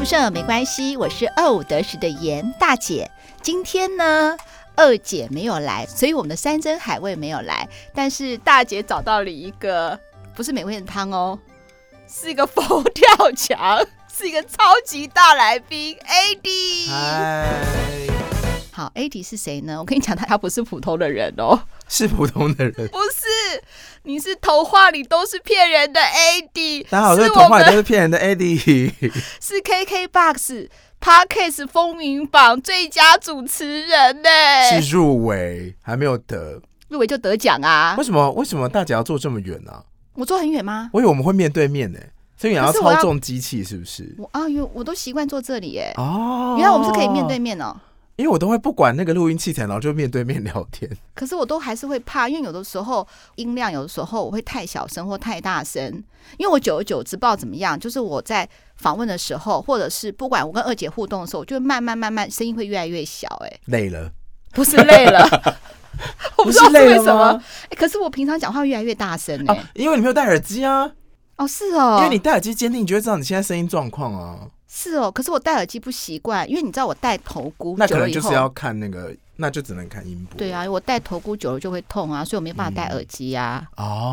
不顺耳没关系，我是25得10的严大姐。今天呢，二姐没有来，所以我们的山珍海味没有来。但是大姐找到了一个，不是美味的汤哦，是一个佛跳墙，是一个超级大来宾 AD。 嗨， 好 ，AD 是谁呢？我跟你讲，他不是普通的人哦， 是普通的人， 不是，你是童话里都是骗人的 AD。 大家好，这童话里都是骗人的 AD， 是 KKBOX。Podcast 风云榜最佳主持人呢， 是入围还没有得， 入围就得奖啊？ 为什么大家要坐这么远啊？ 我坐很远吗？ 我以为我们会面对面呢，所以你要操纵机器是不是？ 因为我都习惯坐这里耶。 哦， 原来我们是可以面对面哦。 因为我都会不管那个录音器材，然后就面对面聊天。 可是我都还是会怕，因为有的时候音量，有的时候我会太小声或太大声。因为我久而久之不知道怎么样，就是我在访问的时候，或者是不管我跟二姐互动的时候，我就慢慢声音会越来越小。 累了？ 不是累了，我不知道是为什么。可是我平常讲话越来越大声因为你没有戴耳机啊。 哦，是哦， 因为你戴耳机监听，你就会知道你现在声音状况啊。 是哦，可是我戴耳机不习惯，因为你知道我戴头箍， 那可能就是要看那个，那就只能看音波。 对啊，我戴头箍久了就会痛啊，所以我没办法戴耳机啊。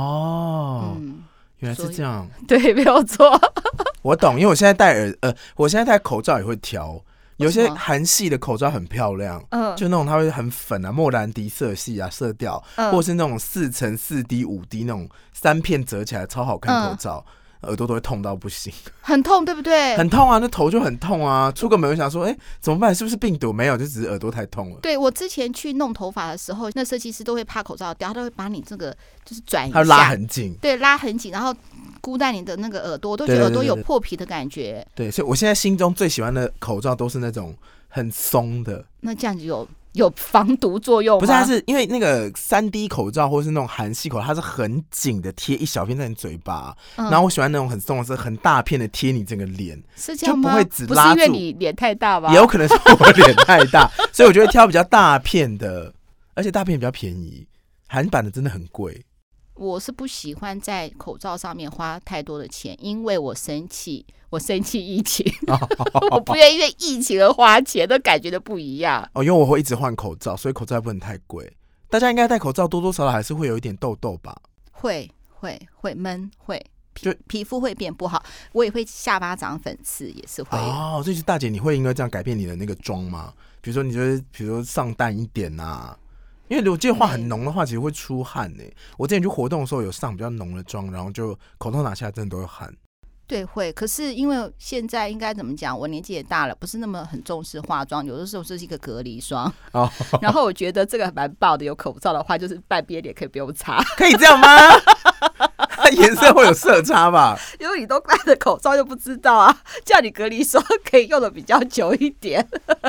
原来是这样。 对，没有错。我懂，因为我现在我现在戴口罩也会调，有些韩系的口罩很漂亮，就那种它会很粉啊，莫兰迪色系啊，色调，或者是那种4层4D 5D 那种3片折起来超好看口罩。耳朵都会痛到不行， 很痛，对不对？ 很痛啊，那头就很痛啊。出个门我想说，怎么办？是不是病毒？没有，就只是耳朵太痛了。 对，我之前去弄头发的时候，那设计师都会怕口罩掉，他都会把你这个就是转一下， 他拉很紧， 对，拉很紧，然后箍在你的那个耳朵，我都觉得耳朵有破皮的感觉。 对，所以我现在心中最喜欢的口罩都是那种很松的。 那这样子有防毒作用吗？ 不是，它是因为那个3D 口罩或是那种韩系口罩，它是很紧的贴一小片在你嘴巴，然后我喜欢那种很松的，是很大片的贴你整个脸， 是这样吗？ 就不会只拉住。 不是因为你脸太大吧？ 也有可能是我脸太大，所以我就会挑比较大片的，而且大片比较便宜，韩版的真的很贵。 我是不喜欢在口罩上面花太多的钱，因为我生气疫情，我不愿意因为疫情而花钱，都感觉的不一样。 因为我会一直换口罩，所以口罩也不能太贵。大家应该戴口罩多多少少还是会有一点痘痘吧？会闷，皮肤会变不好，我也会下巴长粉刺，也是会。 所以大姐，你会因为这样改变你的那个妆吗？比如说，你觉得比如说上淡一点啊？因为我记得画很浓的话，其实会出汗我之前去活动的时候有上比较浓的妆，然后就口罩拿下来，真的都会汗。 对，会。可是因为现在应该怎么讲，我年纪也大了，不是那么很重视化妆，有的时候是一个隔离霜。然后我觉得这个蛮棒的，有口罩的话，就是半边脸可以不用擦。 可以这样吗？它颜色会有色差吧？ 因为你都戴着口罩就不知道啊，叫你隔离霜可以用的比较久一点。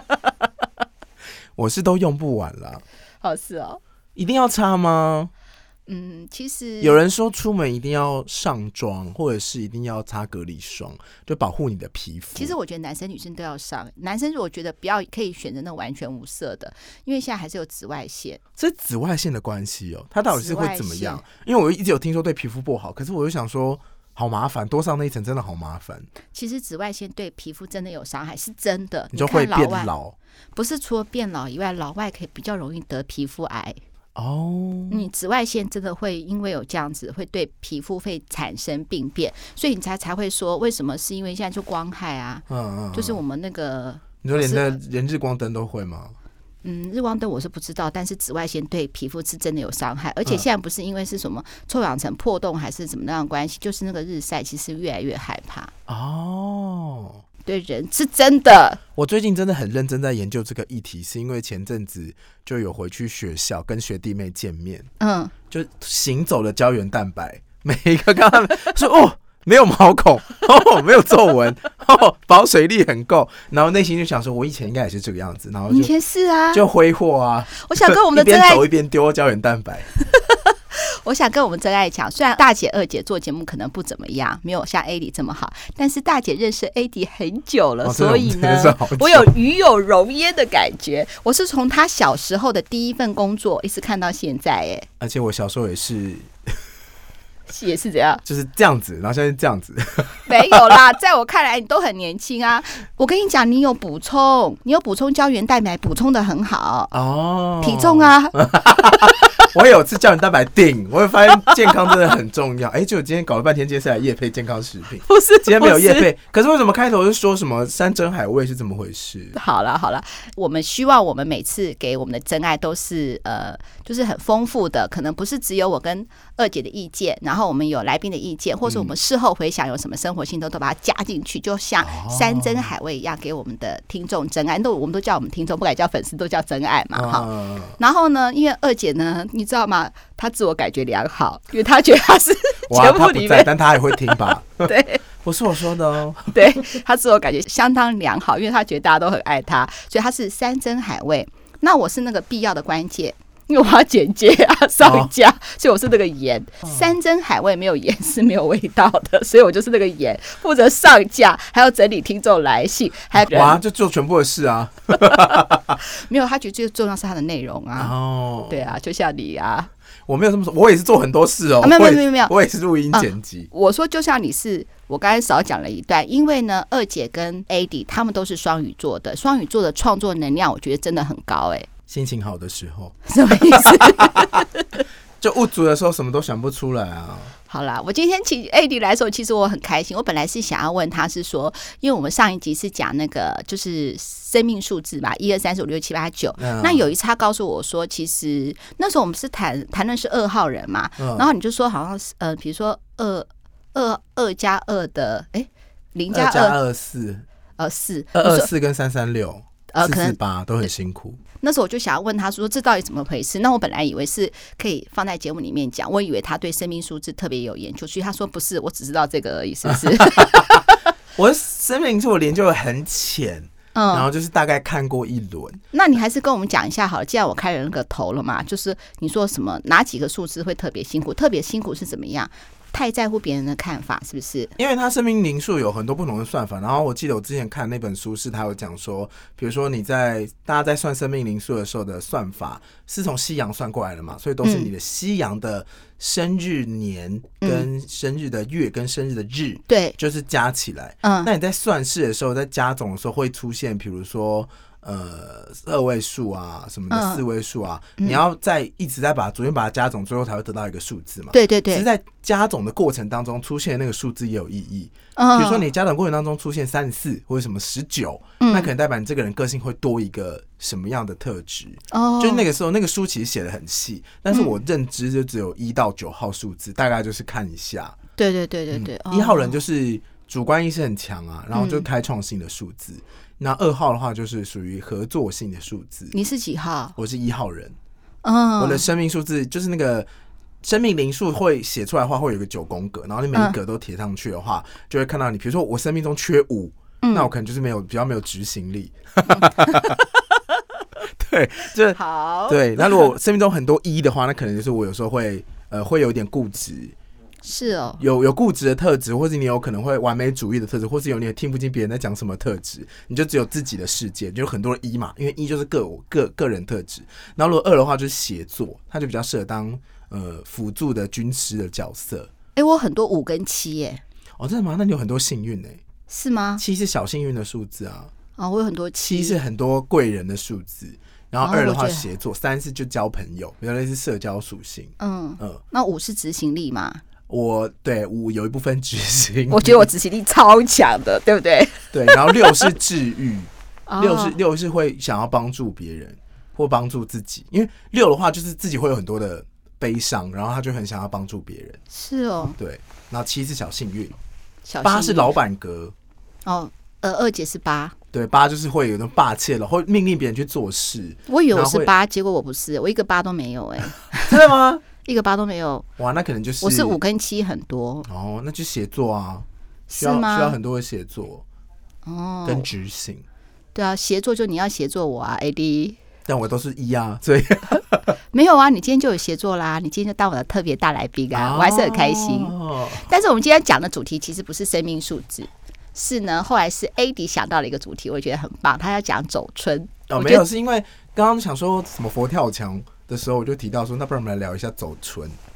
我是都用不完了。 是哦。 一定要擦吗？ 其实有人说出门一定要上妆，或者是一定要擦隔离霜，就保护你的皮肤。 其实我觉得男生女生都要上。男生如果觉得不要，可以选择那种完全无色的，因为现在还是有紫外线。 这是紫外线的关系它到底是会怎么样？因为我一直有听说对皮肤不好，可是我就想说好麻烦，多上那一层真的好麻烦。其实紫外线对皮肤真的有伤害，是真的。 你就会变老。 不是除了变老以外，老外可以比较容易得皮肤癌。你紫外线真的会因为有这样子，会对皮肤会产生病变，所以你才会说为什么？是因为现在就光害啊，就是我们那个， 你说连日光灯都会吗？ 日光灯我是不知道，但是紫外线对皮肤是真的有伤害，而且现在不是因为是什么臭氧层破洞还是怎么样的关系，就是那个日晒其实越来越害怕。对人是真的。 我最近真的很认真在研究这个议题，是因为前阵子就有回去学校跟学弟妹见面，就行走的胶原蛋白，每一个看他们说没有毛孔，没有皱纹，保水力很够，然后内心就想说，我以前应该也是这个样子，然后以前是啊， 就挥霍啊， 我想跟我们的一边走一边丢胶原蛋白。 我想跟我们真爱讲，虽然大姐二姐做节目可能不怎么样，没有像 AD 这么好，但是大姐认识 AD 很久了，所以呢，我有与有荣焉的感觉。我是从他小时候的第一份工作一直看到现在， 而且我小时候也是也是这样， 就是这样子，然后现在是这样子。 没有啦，在我看来你都很年轻啊。我跟你讲，你有补充胶原蛋白，补充的很好哦，体重啊。 我有吃胶原蛋白锭，我会发现健康真的很重要。结果今天搞了半天，接下来业配健康食品， 不是今天没有业配，可是为什么开头是说什么山珍海味是怎么回事？ 好了，我们希望我们每次给我们的真爱都是就是很丰富的，可能不是只有我跟二姐的意见，然后我们有来宾的意见，或是我们事后回想有什么生活心得都把它加进去，就像山珍海味一样，给我们的听众真爱。我们都叫我们听众，不敢叫粉丝，都叫真爱嘛。好，然后呢，因为二姐呢，你知道吗？她自我感觉良好，因为她觉得她是节目里面， 但她也会听吧？ 对， 不是我说的哦。 对，她自我感觉相当良好，因为她觉得大家都很爱她，所以她是山珍海味。那我是那个必要的关键。因为我要剪接啊，上架，所以我是那个盐。山珍海味没有盐是没有味道的，所以我就是那个盐，负责上架，还要整理听众来信，还哇，就做全部的事啊。 没有，他觉得最重要是他的内容啊。哦，对啊，就像你啊， 我没有这么说，我也是做很多事哦。 没有， 我也是录音剪辑。 我说就像你是，我刚才少讲了一段，因为呢，二姐跟 AD 他们都是双鱼座的，双鱼座的创作能量，我觉得真的很高心情好的时候， 什么意思？ 就无助的时候，什么都想不出来啊。 好啦，我今天请 AD 来的时候，其实我很开心。我本来是想要问他是说，因为我们上一集是讲那个就是生命数字嘛，1、2、3、4、5、6、7、8、9。那有一次他告诉我说，其实那时候我们是谈论是2号人嘛，然后你就说好像是比如说2加2的0加2 4 4 224跟336。448都很辛苦。 那时候我就想要问他说这到底怎么回事？那我本来以为是可以放在节目里面讲，我以为他对生命数字特别有研究，所以他说不是，我只知道这个而已，是不是？ 我生命数我研究的很浅，然后就是大概看过一轮。 那你还是跟我们讲一下好了，既然我开了那个头了嘛，就是你说什么哪几个数字会特别辛苦？特别辛苦是怎么样？太在乎别人的看法，是不是？ 因为他生命灵数有很多不同的算法，然后我记得我之前看那本书是他有讲说，比如说大家在算生命灵数的时候的算法是从西洋算过来的嘛，所以都是你的西洋的生日年跟生日的月跟生日的日， 对， 就是加起来。那你在算式的时候，在加总的时候会出现，比如说2位数啊，什么的4位数啊，你要一直在逐渐把它加总，最后才会得到一个数字嘛。 对对对。 只是在加总的过程当中出现的那个数字也有意义。比如说你加总过程当中出现34或者什么19，那可能代表你这个人个性会多一个什么样的特质。就是那个时候那个书其实写得很细，但是我认知就只有1到9号数字，大概就是看一下。 对对对对对。 1号人就是主观意识很强啊，然后就开创性的数字。那2号的话就是属于合作性的数字。 你是几号？ 我是1号人。我的生命数字就是那个生命灵数会写出来的话，会有一个9宫格，然后你每一格都贴上去的话，就会看到你，比如说我生命中缺5，那我可能就是比较没有执行力。对，就是好。 对，那如果生命中很多1的话，那可能就是我有时候会有点固执。 是哦， 有固执的特质，或者你有可能会完美主义的特质，或是有你也听不进别人在讲什么特质，你就只有自己的世界，就有很多的1嘛，因为1就是个人特质。然后如果2的话就是协作，他就比较适合当辅助的军师的角色。 我很多5跟7耶。 哦，真的吗？那你有很多幸运耶。 是吗 ？7是小幸运的数字啊。 我有很多7 是很多贵人的数字。然后2的话协作，3是就交朋友，比较类似社交属性。 那5是执行力嘛？ 对5有一部分执行， 我觉得我执行力超强的，对不对？ 对，然后6是治愈，6是会想要帮助别人或帮助自己，因为6的话就是自己会有很多的悲伤，然后他就很想要帮助别人。 是哦， 对。然后7是小幸运，8是老板格。 2姐是8， 对，8就是会有那种霸气了，会命令别人去做事。 我以为我是8，结果我不是，我一个8都没有真的吗？ 一个8都没有。 哇，那可能就是我是5跟7很多。 那就协作啊，需是吗？ 要很多的协作跟执行。 对啊，协作就你要协作我啊 ，AD。 但我都是1啊，所以没有啊，你今天就有协作啦，你今天就当我的特别大来宾啊，我还是很开心。但是我们今天讲的主题其实不是生命数字，是呢，后来是 AD 想到了一个主题，我觉得很棒，他要讲走春。 没有，是因为刚刚想说什么佛跳墙的时候，我就提到说，那不然我们来聊一下走春。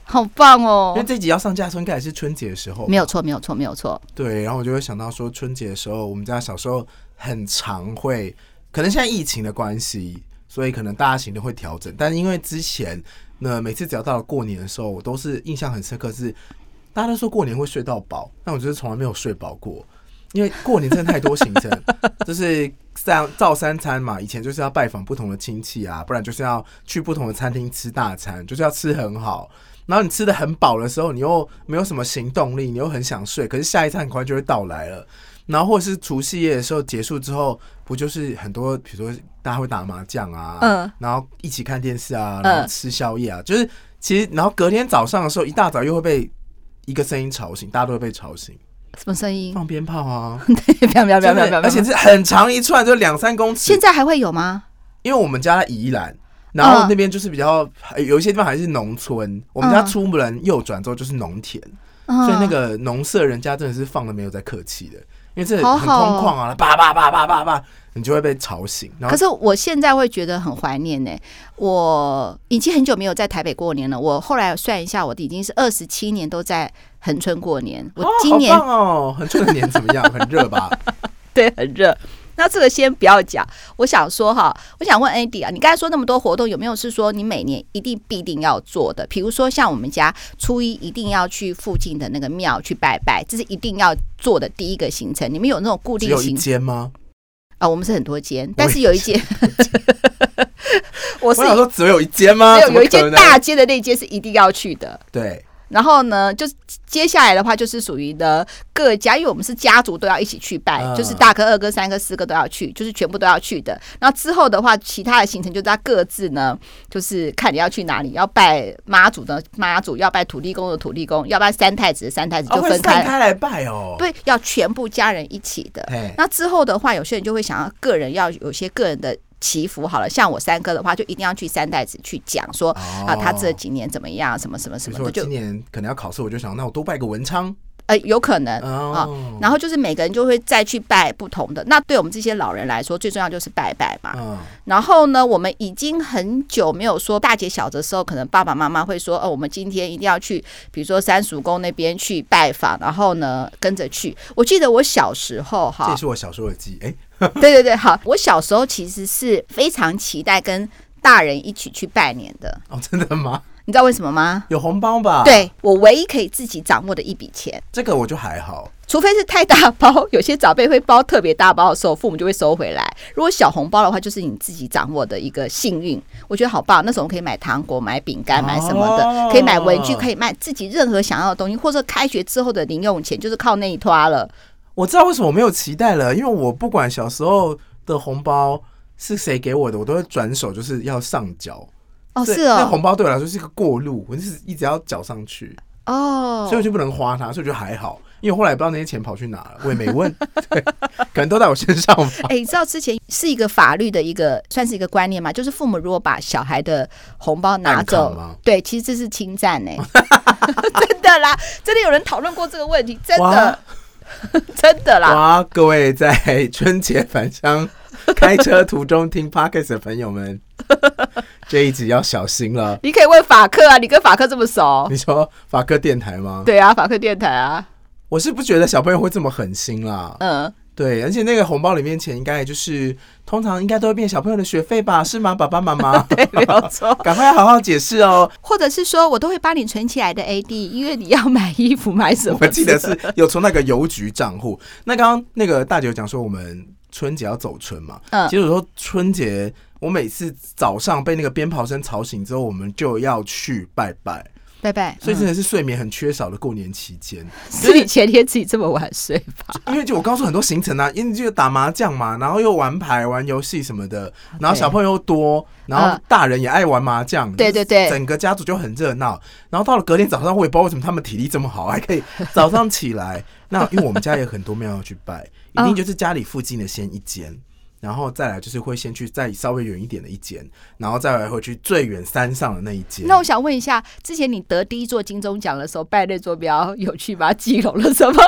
好棒哦！ 因为这集要上架的时候应该也是春节的时候， 没有错。 对，然后我就会想到说，春节的时候，我们家小时候很常会，可能现在疫情的关系，所以可能大家行程会调整，但因为之前呢，每次只要到了过年的时候，我都是印象很深刻是，大家都说过年会睡到饱，但我就是从来没有睡饱过。因为过年真的太多行程，就是照三餐嘛，以前就是要拜访不同的亲戚啊，不然就是要去不同的餐厅吃大餐，就是要吃很好。然后你吃得很饱的时候，你又没有什么行动力，你又很想睡，可是下一餐很快就会到来了。然后或者是除夕夜的时候结束之后，不就是很多，比如说大家会打麻将啊，然后一起看电视啊，然后吃宵夜啊，就是其实然后隔天早上的时候，一大早又会被一个声音吵醒，大家都会被吵醒。 什么声音？ 放鞭炮啊！ 不要， 而且是很长一串，就2-3公尺。 现在还会有吗？ 因为我们家在宜兰，然后那边就是比较有一些地方还是农村，我们家出门右转之后就是农田，所以那个农舍人家真的是放的没有在客气的，因为这很空旷啊，叭叭叭叭叭叭，你就会被吵醒。 可是我现在会觉得很怀念呢，我已经很久没有在台北过年了。我后来算一下，我已经是27年都在恒春过年。我今年好棒哦，恒春的年怎么样？很热吧？ 对，很热。那这个先不要讲，我想说哈，我想问 Andy 啊，你刚才说那么多活动，有没有是说你每年一定必定要做的？比如说像我们家初一一定要去附近的那个庙去拜拜，这是一定要做的第一个行程。你们有那种固定行程？ 只有一间吗？ 我们是很多间，但是有一间我想说只有一间吗？ 有一间大间的那间是一定要去的。 对。 然后呢，就接下来的话就是属于的各家，因为我们是家族都要一起去拜，就是大哥、二哥、三哥、四哥都要去，就是全部都要去的。然后之后的话，其他的行程就在各自呢，就是看你要去哪里，要拜妈祖的妈祖，要拜土地公的土地公，要拜三太子的三太子，就分开来拜哦。 对，要全部家人一起的。那之后的话，有些人就会想要个人要有些个人的祈福好了，像我三哥的话，就一定要去三太子去讲说他这几年怎么样，什么什么什么的。 就今年可能要考试，我就想，那我多拜个文昌。 有可能然后就是每个人就会再去拜不同的。那对我们这些老人来说，最重要就是拜拜嘛。然后呢，我们已经很久没有说大节小的时候，可能爸爸妈妈会说，我们今天一定要去，比如说三叔公那边去拜访，然后呢跟着去。我记得我小时候这也是我小时候的记忆。 对，好，我小时候其实是非常期待跟大人一起去拜年的。 真的吗？ 你知道为什么吗？ 有红包吧？ 对，我唯一可以自己掌握的一笔钱。 这个我就还好， 除非是太大包，有些长辈会包特别大包的时候，父母就会收回来。如果小红包的话，就是你自己掌握的一个幸运，我觉得好棒。那时候可以买糖果、买饼干、买什么的，可以买文具，可以买自己任何想要的东西，或者开学之后的零用钱，就是靠那一拖了。 我知道为什么我没有期待了，因为我不管小时候的红包是谁给我的，我都会转手就是要上缴。 是哦， 那红包对我来说是一个过路，我就是一直要缴上去所以我就不能花它，所以我觉得还好。因为我后来也不知道那些钱跑去哪了，我也没问，对，可能都在我身上吧。 你知道之前是一个法律的一个算是一个观念嘛，就是父母如果把小孩的红包拿走，对，其实这是侵占真的啦，真的有人讨论过这个问题，真的真的啦。 哇，各位在春节返乡开车途中听 Podcast 的朋友们，这一集要小心了。 你可以问法克啊，你跟法克这么熟。 你说法克电台吗？ 对啊，法克电台啊。 我是不觉得小朋友会这么狠心啦。对，而且那个红包里面钱应该就是通常应该都会变小朋友的学费吧？是吗，爸爸妈妈？ 对，没有错。 赶快好好解释哦。 或者是说我都会帮你存起来的 AD， 因为你要买衣服买什么？ 我记得是有从那个邮局账户。那刚刚那个大姐有讲说我们春节要走春嘛，其实有时候春节我每次早上被那个鞭炮声吵醒之后，我们就要去拜拜，所以真的是睡眠很缺少的过年期间。 是你前天自己这么晚睡吧？ 因为就我刚说很多行程啊，因为就打麻将嘛，然后又玩牌、玩游戏什么的，然后小朋友又多，然后大人也爱玩麻将， 对， 整个家族就很热闹。然后到了隔天早上，我也不知道为什么他们体力这么好，还可以早上起来。那因为我们家也很多庙要去拜，一定就是家里附近的先一间，然后再来就是会先去再稍微远一点的一间，然后再来会去最远山上的那一间。 那我想问一下，之前你得第一座金钟奖的时候拜那座庙有去吗？基隆的什么？我突然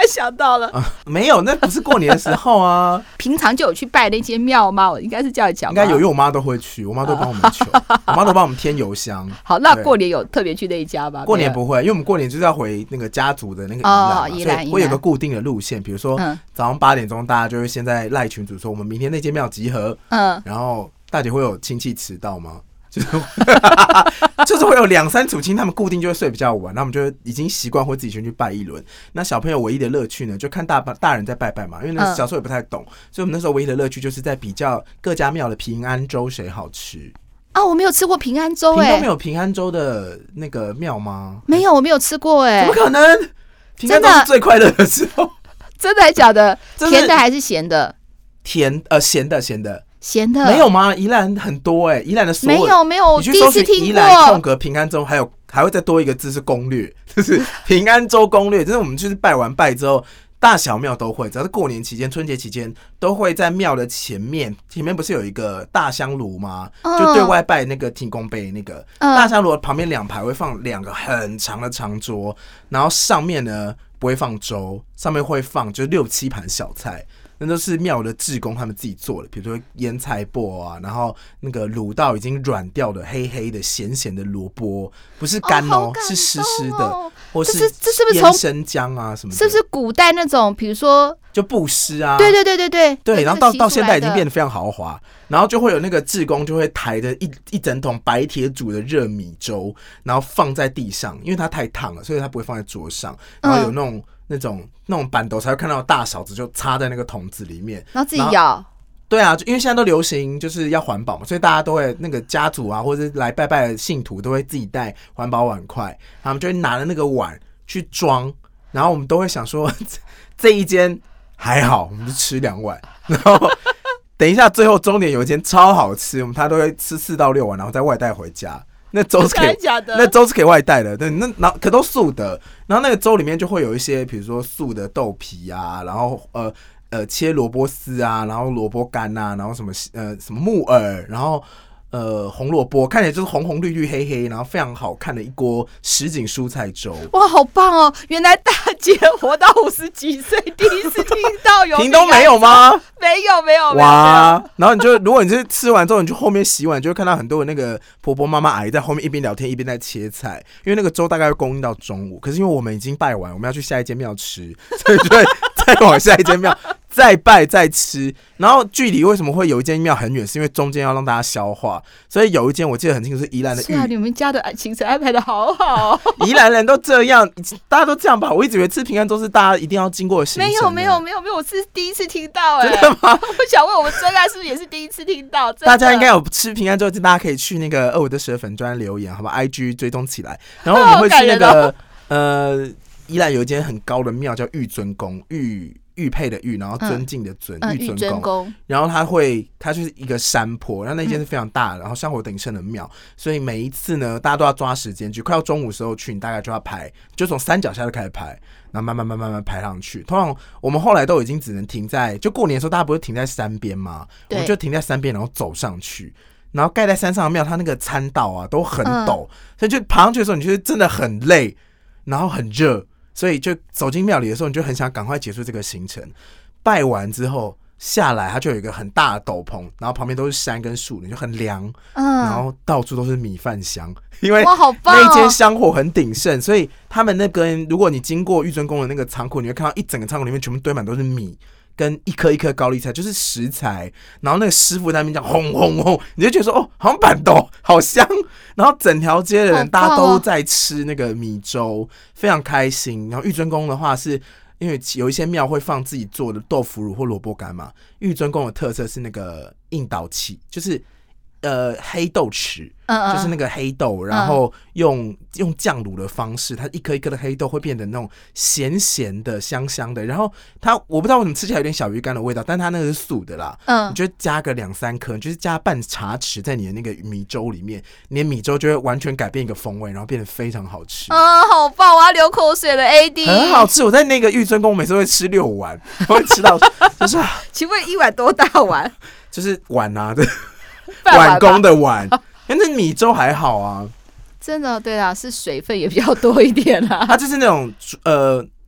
然想到了， 没有，那不是过年的时候啊。 平常就有去拜那些庙吗？我应该是这样讲。 应该有，因为我妈都会去，我妈都帮我们求，我妈都帮我们添油香。 好，那过年有特别去那一家吗？ 过年不会，因为我们过年就是要回那个家族的那个宜兰，所以会有个固定的路线。比如说早上8点钟，大家就会先在赖群组说我们明天那间庙集合。然后大姐会有亲戚迟到吗？就是会有2-3组亲，他们固定就会睡比较晚，那我们就已经习惯会自己先去拜一轮。那小朋友唯一的乐趣呢，就看大人在拜拜嘛，因为那小时候也不太懂，所以我们那时候唯一的乐趣就是在比较各家庙的平安粥谁好吃。 啊，我没有吃过平安粥。 屏东没有平安粥的那个庙吗？ 没有，我没有吃过。 怎么可能？平安粥是最快乐的时候。 真的还假的？甜的还是咸的？ 咸的。 咸的没有吗？宜兰很多宜兰的所有没有， 你去搜寻宜兰空格平安粥，还会再多一个字是攻略，就是平安粥攻略。就是我们就是拜完拜之后，大小庙都会，只要是过年期间、春节期间，都会在庙的前面不是有一个大香炉吗？就对外拜那个天公杯那个大香炉旁边2排会放2个很长的长桌，然后上面呢不会放粥，上面会放就6-7盘小菜。那都是庙的志工他们自己做的，比如说腌菜脯啊，然后那个卤到已经软掉的黑黑的咸咸的萝卜，不是干是湿湿的，或是腌生姜啊什么的。 是不是古代那种，比如说就布施啊？ 对， 然后到现在已经变得非常豪华，然后就会有那个志工就会抬着一整桶白铁煮的热米粥，然后放在地上，因为它太烫了，所以它不会放在桌上，然后有那种板斗才会看到大勺子就插在那个桶子里面， 然后自己舀。 对啊，因为现在都流行就是要环保嘛，所以大家都会那个家族啊，或者来拜拜的信徒都会自己带环保碗筷，他们就会拿着那个碗去装，然后我们都会想说这一间还好，我们就吃2碗，然后等一下最后终点有一间超好吃，他都会吃4到6碗，然后再外带回家。那粥是可以外带的，对，那可都素的。然后那个粥里面就会有一些，比如说素的豆皮啊，然后切萝卜丝啊，然后萝卜干啊，然后什么木耳，然后红萝卜，看起来就是红红绿绿黑黑，然后非常好看的一锅什锦蔬菜粥。 哇，好棒哦！原来大姐活到50几岁，第一次听到有。 屏东没有吗？ 没有。 哇！然后如果你是吃完之后，你就后面洗碗，就会看到很多的那个婆婆妈妈阿姨在后面一边聊天一边在切菜，因为那个粥大概会供应到中午。可是因为我们已经拜完，我们要去下一间庙吃，所以就会再往下一间庙。再拜再吃，然后距离为什么会有一间庙很远？是因为中间要让大家消化，所以有一间我记得很清楚是宜兰的。 是啊，你们家的行程安排的好好。 宜兰人都这样，大家都这样吧？我一直以为吃平安粥是大家一定要经过的行程。 没有，我是第一次听到。 真的吗？ 我想问我们真爱是不是也是第一次听到？ 大家应该有吃平安粥，大家可以去那个25的12粉专留言，好吧 ？IG 追踪起来，然后我们会去那个宜兰有一间很高的庙叫玉尊宫，玉佩的玉，然后尊敬的尊，玉尊宫。然后它就是一个山坡，然后那间是非常大的，然后香火鼎盛的庙，所以每一次呢，大家都要抓时间去，快要中午的时候去，你大概就要排，就从山脚下就开始排，然后慢慢排上去。通常我们后来都已经只能停在，就过年的时候大家不是停在山边吗？我们就停在山边，然后走上去。然后盖在山上的庙，它那个参道啊都很陡，所以就爬上去的时候，你觉得真的很累，然后很热。所以就走进庙里的时候，你就很想赶快结束这个行程。拜完之后下来，它就有一个很大的斗篷，然后旁边都是山跟树林，就很凉。然后到处都是米饭香，因为那一间香火很鼎盛，所以他们那边如果你经过玉尊宫的那个仓库，你会看到一整个仓库里面全部堆满都是米。跟一颗一颗高丽菜就是食材，然后那个师傅在那边讲轰轰轰，你就觉得说好像板豆好香，然后整条街的人大家都在吃那个米粥，非常开心。然后玉尊宫的话是因为有一些庙会放自己做的豆腐乳或萝卜干嘛，玉尊宫的特色是那个应导器，就是黑豆豉，就是那个黑豆，然后用酱卤的方式，它一颗一颗的黑豆会变得那种咸咸的、香香的。然后我不知道为什么吃起来有点小鱼干的味道，但它那个是素的啦。你就加个2-3颗，就是加半茶匙在你的那个米粥里面，你的米粥就会完全改变一个风味，然后变得非常好吃。 好棒！我要流口水了 ，AD 很好吃。我在那个玉尊宫，我每次会吃6碗，我会吃到就是。 请问1碗多大碗？ 就是碗啊，对。碗公的碗，但是米粥还好啊。真的，对啦，是水分也比较多一点啦。 它就是那种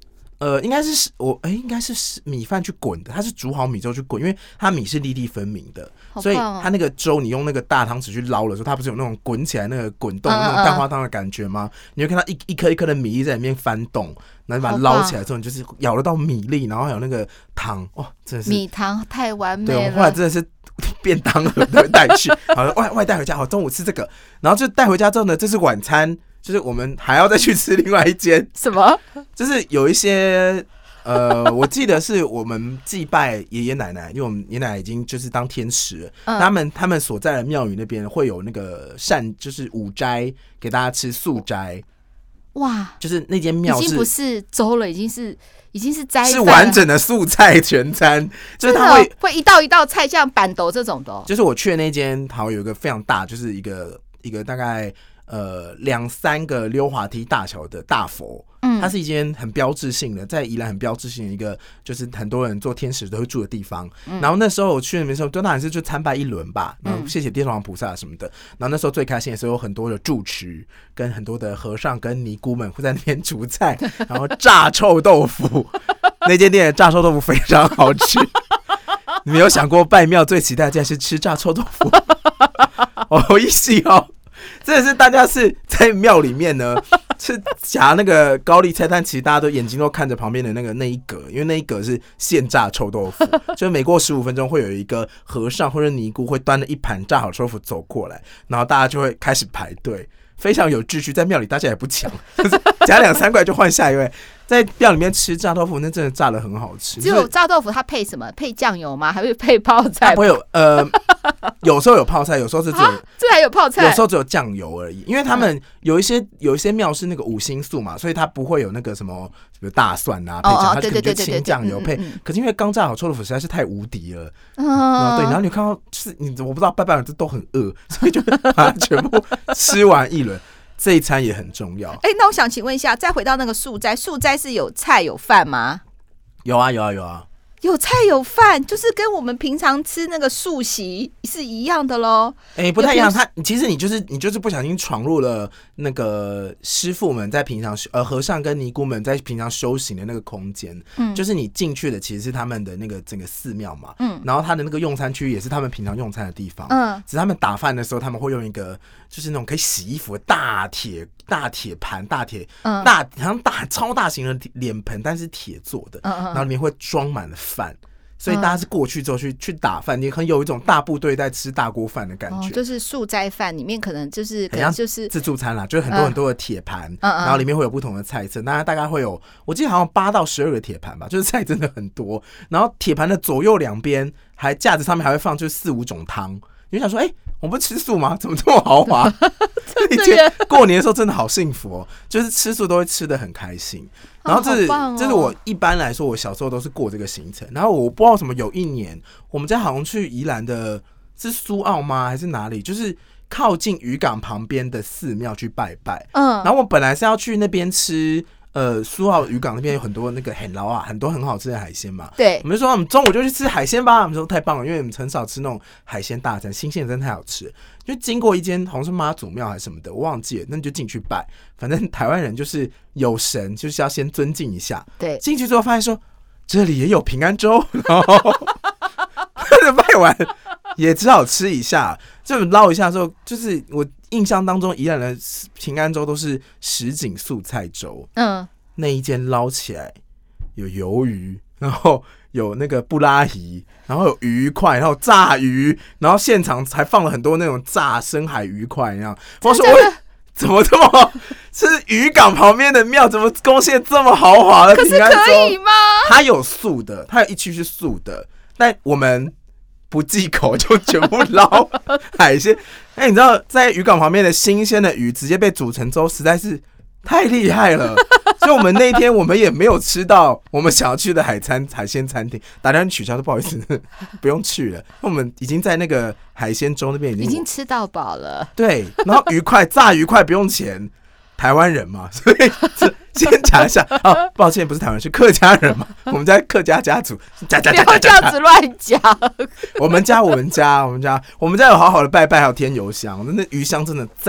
应该是应该是米饭去滚的，它是煮好米之后去滚，因为它米是粒粒分明的，所以它那个粥你用那个大汤匙去捞的时候，它不是有那种滚起来那个滚动那种蛋花汤的感觉吗？你会看到一颗一颗的米粒在里面翻动，然后你把它捞起来之后，你就是咬得到米粒，然后还有那个汤，哇，真的是米汤太完美了。 对，我后来真的是便当盒都会带去，好外带回家，好中午吃这个，然后就带回家之后呢，这是晚餐。就是我们还要再去吃另外一间什么？ 就是有一些我记得是我们祭拜爷爷奶奶，因为我们爷爷奶奶已经就是当天使了，他们所在的庙宇那边会有那个就是午斋给大家吃素斋。 哇， 就是那间庙已经不是粥了，已经是斋饭， 是完整的素菜全餐，就是它会一道一道菜，像板豆这种的。 就是我去的那间，好有一个非常大，就是一个大概。2-3个溜滑梯大小的大佛，它是一间很标志性的，在宜兰很标志性的一个，就是很多人做天使都会住的地方。然后那时候我去那边的时候，当然是就参拜一轮吧，然后谢谢地藏王菩萨什么的。然后那时候最开心的时候，有很多的住持跟很多的和尚跟尼姑们会在那边煮菜，然后炸臭豆腐。那间店的炸臭豆腐非常好吃。你没有想过拜庙最期待的竟然是吃炸臭豆腐？我一喜哦。真的是大家是在庙里面呢，是夹那个高丽菜，但其实大家都眼睛都看着旁边的那一格，因为那一格是现炸臭豆腐，就每过15分钟会有一个和尚或者尼姑会端着一盘炸好臭豆腐走过来，然后大家就会开始排队，非常有秩序。在庙里大家也不抢，就是夹2-3块就换下一位。在庙里面吃炸豆腐，那真的炸得很好吃。 只有炸豆腐，它配什么？配酱油吗？还会配泡菜？ 它不会有有时候有泡菜，有时候是只有这还有泡菜， 有时候只有酱油而已。因为他们有一些庙是那个5星素嘛，所以它不会有那个什么比如大蒜啊配酱，它就可能就清酱油配。可是因为刚炸好臭豆腐实在是太无敌了，对，然后你看到就是我不知道拜拜完都很饿，所以就把它全部吃完一轮。这一餐也很重要。 那我想请问一下，再回到那个素斋是有菜有饭吗？ 有啊， 有菜有饭，就是跟我们平常吃那个素席是一样的咯。 不太一样。其实你就是不小心闯入了那个师父们在平常和尚跟尼姑们在平常修行的那个空间。就是你进去的其实是他们的那个整个寺庙嘛。然后他的那个用餐区也是他们平常用餐的地方。只是他们打饭的时候，他们会用一个就是那种可以洗衣服的大铁盘，好像超大型的脸盆，但是铁做的。然后里面会装满了饭，所以大家是过去之后去打饭，你很有一种大部队在吃大锅饭的感觉。 就是素斋饭里面可能就是自助餐啦，就是很多的铁盘，然后里面会有不同的菜色。那大概会有，我记得好像8到12个铁盘吧，就是菜真的很多。然后铁盘的左右两边架子上面还会放就是4-5种汤。你就想说，我们不吃素吗？怎么这么豪华？过年的时候真的好幸福哦，就是吃素都会吃得很开心。然后这是我一般来说，我小时候都是过这个行程。然后我不知道什么，有一年我们家好像去宜兰的，是苏澳吗？还是哪里？就是靠近渔港旁边的寺庙去拜拜。然后我本来是要去那边吃。苏澳渔港那边有很多那个很多很好吃的海鲜嘛。 对， 我们就说我们中午就去吃海鲜吧。我们说太棒了，因为我们很少吃那种海鲜大餐，新鲜的真的太好吃了。就经过一间好像是妈祖庙还是什么的，我忘记了，那你就进去拜。反正台湾人就是有神，就是要先尊敬一下。 对， 进去之后发现说这里也有平安粥，然后拜完也只好吃一下，就捞一下之后，就是我印象当中宜兰的平安粥都是什锦素菜粥。那一间捞起来有鱿鱼，然后有那个布拉鱼，然后有鱼块，然后炸鱼，然后现场还放了很多那种炸深海鱼块，那样。我说怎么这么是渔港旁边的庙，怎么贡献这么豪华的平安粥？ 可是可以吗？ 它有素的，它有一区是素的，但我们不忌口，就全部捞海鲜。你知道在渔港旁边的新鲜的鱼直接被煮成粥，实在是太厉害了。所以我们那一天我们也没有吃到我们想要去的海鲜餐厅，打电话取消，不好意思，不用去了。我们已经在那个海鲜粥那边已经吃到饱了。对， 然后炸鱼块不用钱，台湾人嘛，所以先讲一下。抱歉，不是台湾人，是客家人嘛。我们家客家家族，不要这样子乱讲。我们家有好好的拜拜，还有添油香，那鱼香真的赞。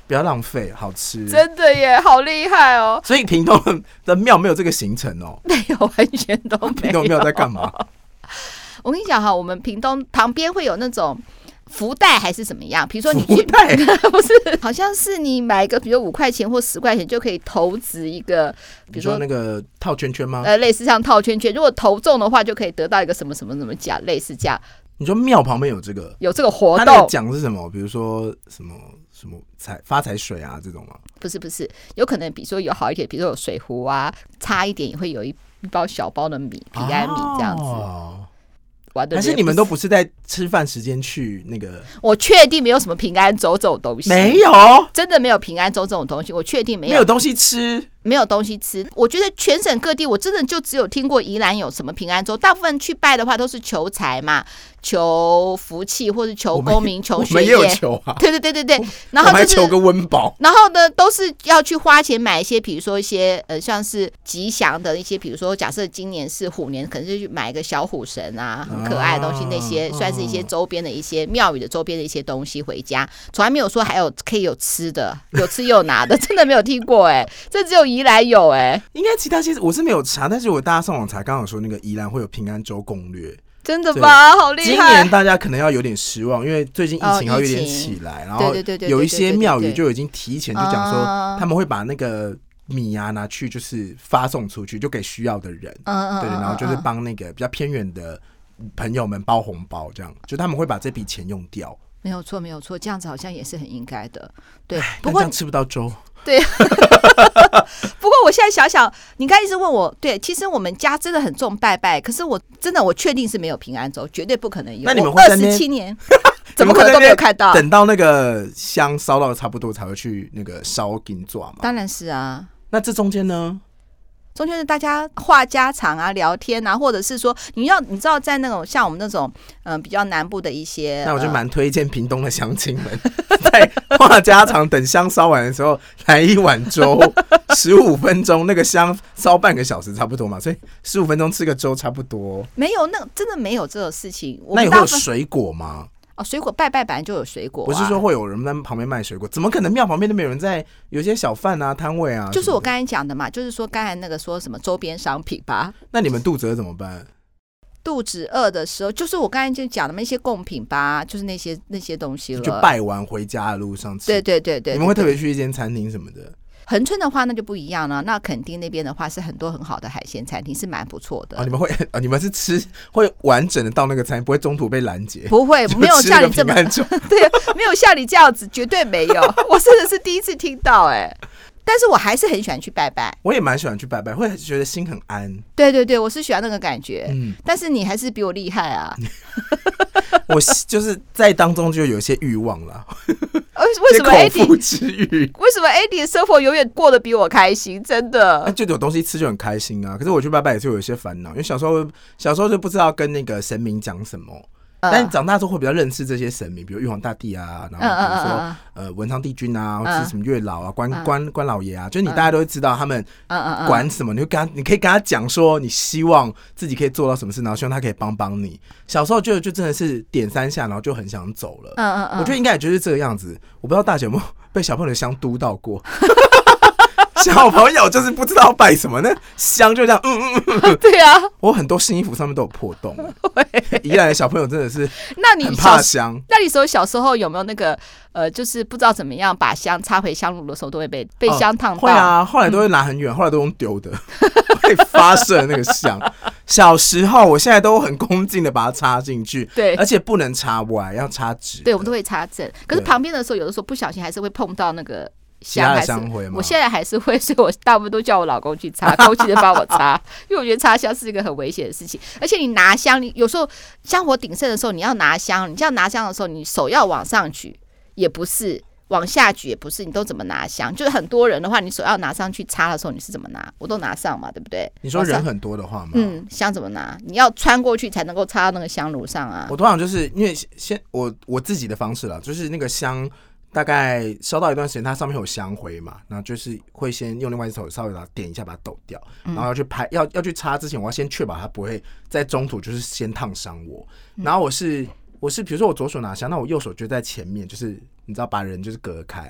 不要浪费，好吃， 真的耶，好厉害哦！ 所以屏东的庙没有这个行程哦， 没有，完全都没有。 屏东庙在干嘛？ 我跟你讲哈，我们屏东旁边会有那种福袋还是怎么样？比如说你福袋不是，好像是你买一个，比如5块钱或10块钱就可以投掷一个，比如说那个套圈圈吗？ 类似像套圈圈，如果投中的话，就可以得到一个什么什么什么奖，类似这样。 你说庙旁边有这个活动， 他那个奖是什么？比如说什么发财水啊这种吗？ 不是，有可能比如说有好一点，比如说有水壶啊，差一点也会有一包小包的米，平安米这样子。还是你们都不是在吃饭时间去那个？ 我确定没有什么平安粥这种东西， 没有， 真的没有平安粥这种东西，我确定没有东西吃。 没有东西吃，我觉得全省各地我真的就只有听过宜兰有什么平安粥，大部分去拜的话都是求财嘛，求福气或是求功名、求学业。 我们也有求啊， 对，然后、就是、 我们还求个温饱。 然后呢，都是要去花钱买一些，比如说一些像是吉祥的一些，比如说假设今年是虎年，可能就去买一个小虎神啊，很可爱的东西，那些算是一些周边的一些庙宇的周边的一些东西回家，从来没有说还有可以有吃的，有吃又拿的，真的没有听过这只有宜兰有应该其他其实我是没有查，但是大家上网查，刚好说那个宜兰会有平安粥攻略， 真的吗？好厉害！ 今年大家可能要有点失望，因为最近疫情还有点起来，然后有一些庙宇就已经提前就讲说，他们会把那个米啊拿去就是发送出去，就给需要的人，对，然后就是帮那个比较偏远的朋友们包红包，这样就他们会把这笔钱用掉。 没有错，这样子好像也是很应该的。对， 不过这样吃不到粥。 对，不过我现在想想，你刚才一直问我，对，其实我们家真的很重拜拜，可是我确定是没有平安粥，绝对不可能有。 那你们会在 27年，怎么可能都没有看到？ 等到那个香烧到差不多才会去那个烧金爪嘛？ 当然是啊。 那这中间呢？ 中间是大家话家常啊、聊天啊，或者是说你知道在那种像我们那种比较南部的一些， 那我就蛮推荐屏东的乡亲们，在话家常等香烧完的时候来一碗粥，15分钟，那个香烧半个小时差不多嘛，所以15分钟吃个粥差不多。 没有，那真的没有这种事情。 那你会有水果吗？ 水果拜本来就有水果， 不是说会有人在旁边卖水果，怎么可能庙旁边都没有人在？有些小贩啊、摊位啊， 就是我刚才讲的嘛，就是说刚才那个说什么周边商品吧。 那你们肚子饿怎么办？ 肚子饿的时候，就是我刚才就讲的那些贡品吧，就是那些东西了。 就拜完回家的路上吃。 对， 你们会特别去一间餐厅什么的？ 恒春的话那就不一样了，那垦丁那边的话是很多很好的海鲜餐厅，是蛮不错的。 你们是吃会完整的到那个餐厅，不会中途被拦截？ 不会，没有像你这么对，没有像你这样子，绝对没有。我真的是第一次听到但是我还是很喜欢去拜拜。 我也蛮喜欢去拜拜，会觉得心很安。 对，我是喜欢那个感觉。但是你还是比我厉害啊！ 我就是在当中就有一些欲望啦。 为什么 AD 口腹之欲？ 为什么 AD 的生活永远过得比我开心？真的， 就有东西吃就很开心啊。可是我去拜拜也是有一些烦恼，因为小时候就不知道跟那个神明讲什么。但长大之后会比较认识这些神明，比如玉皇大帝啊，然后比如说文昌帝君啊，或者是什么月老啊、关老爷啊，就是你大家都会知道他们管什么，你可以跟他讲说你希望自己可以做到什么事，然后希望他可以帮你。小时候就真的是点3下，然后就很想走了。我觉得应该也就是这个样子。我不知道大姐有没有被小朋友的香嘟到过。小朋友就是不知道拜什么，那香就这样， 对啊， 我很多新衣服上面都有破洞。宜兰的小朋友真的是很怕香。 那你小时候有没有那个就是不知道怎么样把香插回香炉的时候，都会被香烫到？ 会啊，后来都会拿很远，后来都用丢的，会发射那个香。小时候，我现在都很恭敬的把它插进去， 对， 而且不能插歪，要插直。 对，我们都会插正。可是旁边的时候，有的时候不小心还是会碰到那个。 香灰吗？ 我现在还是会，所以我大部分都叫我老公去擦，恭喜的帮我擦，因为我觉得插香是一个很危险的事情。而且你拿香，你有时候香火鼎盛的时候，你要拿香，你这样拿香的时候，你手要往上举也不是，往下举也不是，你都怎么拿香？就是很多人的话，你手要拿上去插的时候，你是怎么拿？我都拿上嘛，对不对？ 你说人很多的话吗？ 香怎么拿？你要穿过去才能够插到那个香炉上啊。 我通常就是因为我自己的方式啦，就是那个香。大概烧到一段时间，它上面有香灰嘛，然后就是会先用另外一只手稍微把它点一下，把它抖掉，然后要去拍，要去插之前，我要先确保它不会在中途就是先烫伤我。然后我是比如说我左手拿香，那我右手就在前面，就是你知道把人就是隔开，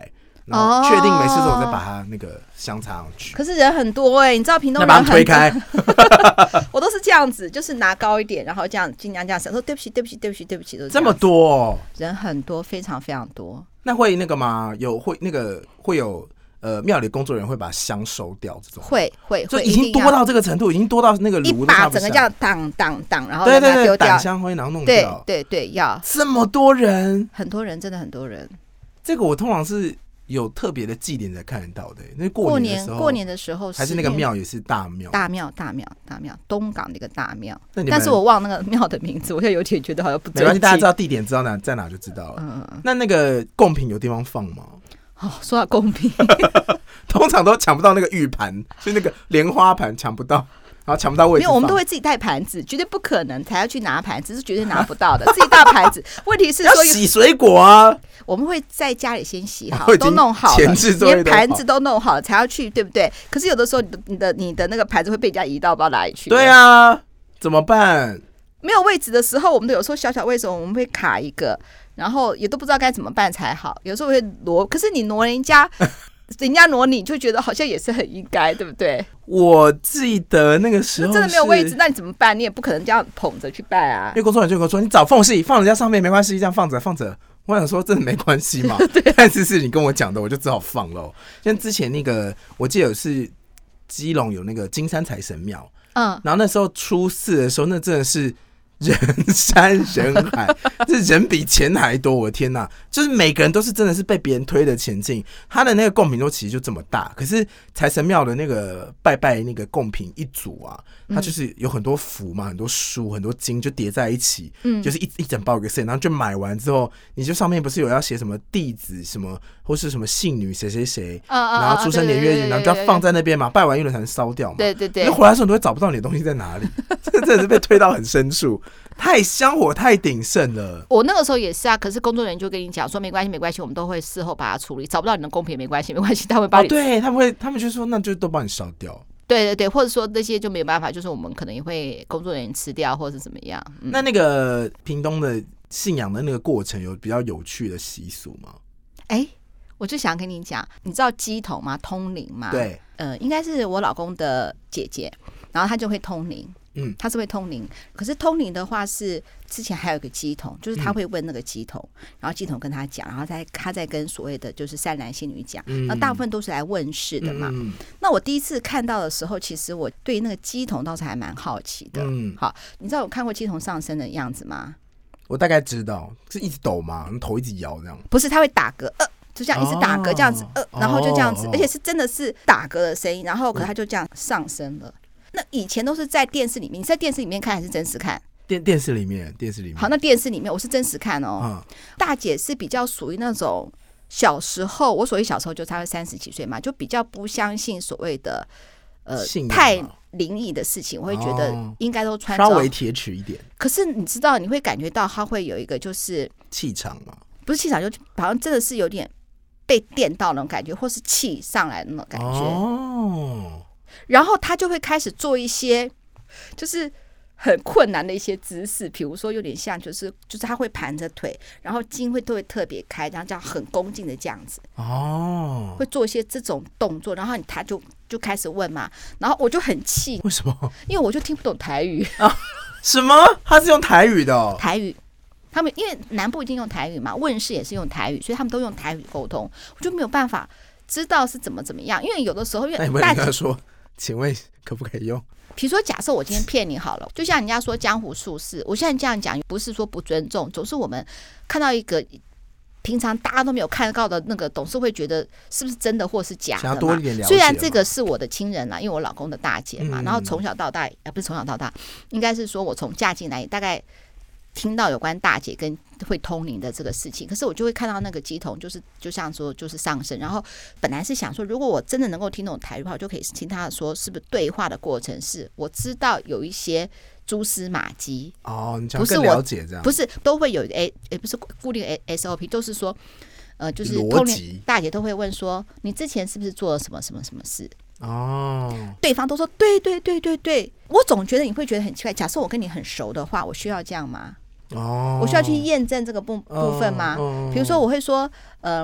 然后确定没事之后，我再把它那个香插上去。 可是人很多你知道屏东人把它推开， 我都是这样子，就是拿高一点，然后这样尽量这样说对不起，对不起，对不起，对不起， 这么多哦， 人很多，非常非常多。 那会那个吗？会有庙里工作人员会把香收掉，这种会， 就已经多到这个程度，已经多到那个炉一把整个这样当，然后把它丢掉， 掸香灰然后弄掉， 对，要这么多人， 很多人，真的很多人。 这个我通常是有特别的祭典才看得到的，那过年的时候还是那个庙也是大庙， 东港的一个大庙，但是我忘那个庙的名字，我就有点觉得好像不对劲。 没关系，大家知道地点，知道在哪就知道了。那个贡品有地方放吗？ 说到贡品， 通常都抢不到那个玉盘，所以那个莲花盘抢不到，然后抢不到位置。 没有，我们都会自己带盘子，绝对不可能才要去拿盘子，是绝对拿不到的。自己带盘子，问题是说要洗水果啊， 我们会在家里先洗好，都弄好了，连盘子都弄好了才要去，对不对？可是有的时候你的那个盘子会被人家移到不知道哪里去。 对啊，怎么办？ 没有位置的时候，我们有时候小位置我们会卡一个。然后也都不知道该怎么办才好，有时候会挪，可是你挪人家挪你就觉得好像也是很应该，对不对？ 我记得那个时候真的没有位置，那你怎么办？你也不可能这样捧着去拜啊。 因为工作人员就跟我说，你找缝隙放人家上面没关系，这样放着。我想说真的没关系嘛，但是你跟我讲的，我就只好放咯。像之前那个，我记得是基隆有那个金山财神庙，然后那时候初4的时候，那真的是。人山人海，这人比钱还多，我的天哪！就是每个人都是真的是被别人推的前进，他的那个贡品都其实就这么大，可是财神庙的那个拜那个贡品一组啊，它就是有很多符嘛，很多书，很多经就叠在一起，就是一整包一个 set， 然后就买完之后，你就上面不是有要写什么地址什么，或是什么姓女谁谁谁，然后出生年月日，然后就要放在那边嘛，拜完一轮才能烧掉嘛。 对， 你回来的时候你都会找不到你的东西在哪里，真的是被推到很深处。太香火太鼎盛了， 我那个时候也是啊。可是工作人员就跟你讲说没关系，我们都会事后把它处理。找不到你的贡品没关系，他会帮你。 对，他们就说那就都帮你烧掉。 对，或者说那些就没有办法，就是我们可能也会工作人员吃掉，或者是怎么样。 那个屏东的信仰的那个过程有比较有趣的习俗吗？ 我就想跟你讲，你知道乩童吗？通灵吗？ 对， 应该是我老公的姐姐，然后她就会通灵。他是会通灵，可是通灵的话是之前还有一个乩童，就是他会问那个乩童，然后乩童跟他讲，然后他再跟所谓的就是善男信女讲，那大部分都是来问事的嘛。那我第一次看到的时候，其实我对那个乩童倒是还蛮好奇的。好，你知道我看过乩童上身的样子吗？ 我大概知道，是一直抖嘛，头一直摇这样。 不是，他会打嗝，就这样一直打嗝这样子，然后就这样子，而且是真的是打嗝的声音，然后可是他就这样上身了。那以前都是在电视里面，你在电视里面看还是真实看？ 电视里面。 好，那电视里面我是真实看哦。大姐是比较属于那种小时候，我所谓小时候就差不多30几岁嘛，就比较不相信所谓的太灵异的事情，我会觉得应该都穿着稍微铁齿一点。 可是你知道，你会感觉到它会有一个就是气场嘛， 不是气场，就好像真的是有点被电到那种感觉，或是气上来的那种感觉。然后他就会开始做一些就是很困难的一些姿势，比如说有点像就是他会盘着腿，然后筋都会特别开，然后这样很恭敬的这样子。会做一些这种动作，然后他就开始问嘛，然后我就很气。 为什么？因为我就听不懂台语什么？他是用台语的台语。他们因为南部一定用台语嘛，问事也是用台语，所以他们都用台语沟通，我就没有办法知道是怎么样。因为有的时候，因为大家说，请问可不可以用？ 比如说，假设我今天骗你好了，就像人家说江湖术士，我现在这样讲不是说不尊重，总是我们看到一个平常大家都没有看到的那个，总是会觉得是不是真的或是假的嘛。虽然这个是我的亲人啦，因为我老公的大姐嘛，然后从小到大，不是从小到大，应该是说我从嫁进来大概听到有关大姐跟会通灵的这个事情，可是我就会看到那个乩童，就像说就是上身，然后本来是想说，如果我真的能够听懂台语的话，我就可以听他说是不是对话的过程是我知道有一些蛛丝马迹你想更了解这样， 不是都会有不是固定的 SOP， 都是说就是通灵大姐都会问说你之前是不是做了什么什么什么事。对方都说对，我总觉得你会觉得很奇怪。假设我跟你很熟的话，我需要这样吗？我需要去验证这个部分吗？比如说我会说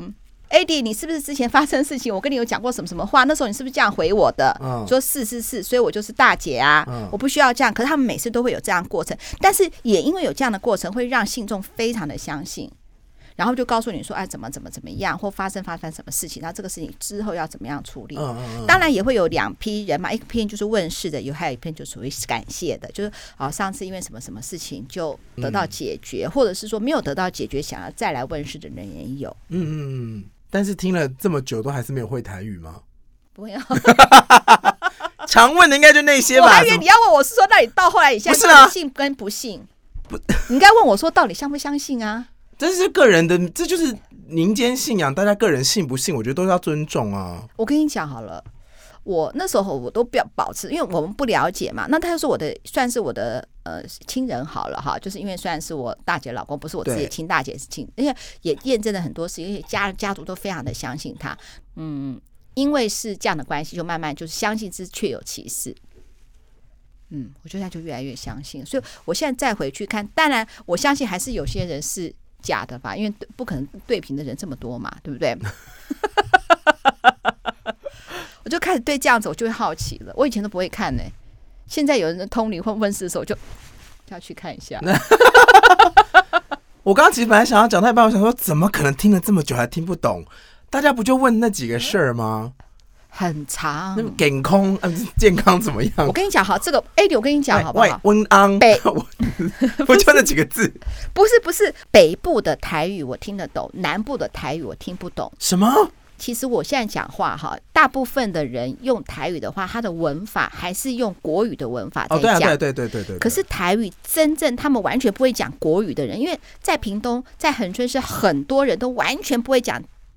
AD 你是不是之前发生事情我跟你有讲过什么什么话，那时候你是不是这样回我的，说是，所以我就是大姐啊，我不需要这样。可是他们每次都会有这样的过程，但是也因为有这样的过程会让信众非常的相信，然后就告诉你说怎么样，或发生什么事情，然后这个事情之后要怎么样处理。当然也会有2批人嘛，一批人就是问事的，还有一批人就属于感谢的，就是上次因为什么什么事情就得到解决，或者是说没有得到解决想要再来问事的人也有。 但是听了这么久都还是没有会台语吗？ 不要常问的应该就那些吧。 我还以为你要问我是说到底到后来你现在到底信跟不信，你应该问我说到底相不相信啊。 这是个人的，这就是民间信仰，大家个人信不信我觉得都要尊重啊。 我跟你讲好了，我那时候我都不要保持，因为我们不了解嘛。那他就是算是我的亲人好了哈，就是因为虽然是我大姐老公，不是我自己的亲大姐，是亲，因为也验证了很多事，因为家族都非常的相信他。因为是这样的关系，就慢慢就是相信之确有其事。我觉得他就越来越相信，所以我现在再回去看，当然我相信还是有些人是假的吧，因为不可能对平的人这么多嘛，对不对？我就开始对这样子，我就会好奇了。我以前都不会看呢，现在有人通灵或问事的时候，我就要去看一下。 我刚刚其实本来想要讲太半，我想说怎么可能听了这么久还听不懂？大家不就问那几个事儿吗？ 很长， 那健康健康怎么样？ 我跟你讲好，这个 AD 我跟你讲好不好？ 温安北，我就那几个字。 不是，北部的台语我听得懂，南部的台语我听不懂。 什么？ 其实我现在讲话哈，大部分的人用台语的话，他的文法还是用国语的文法在讲。 对。 可是台语真正他们完全不会讲国语的人，因为在屏东、在恒春是很多人都完全不会讲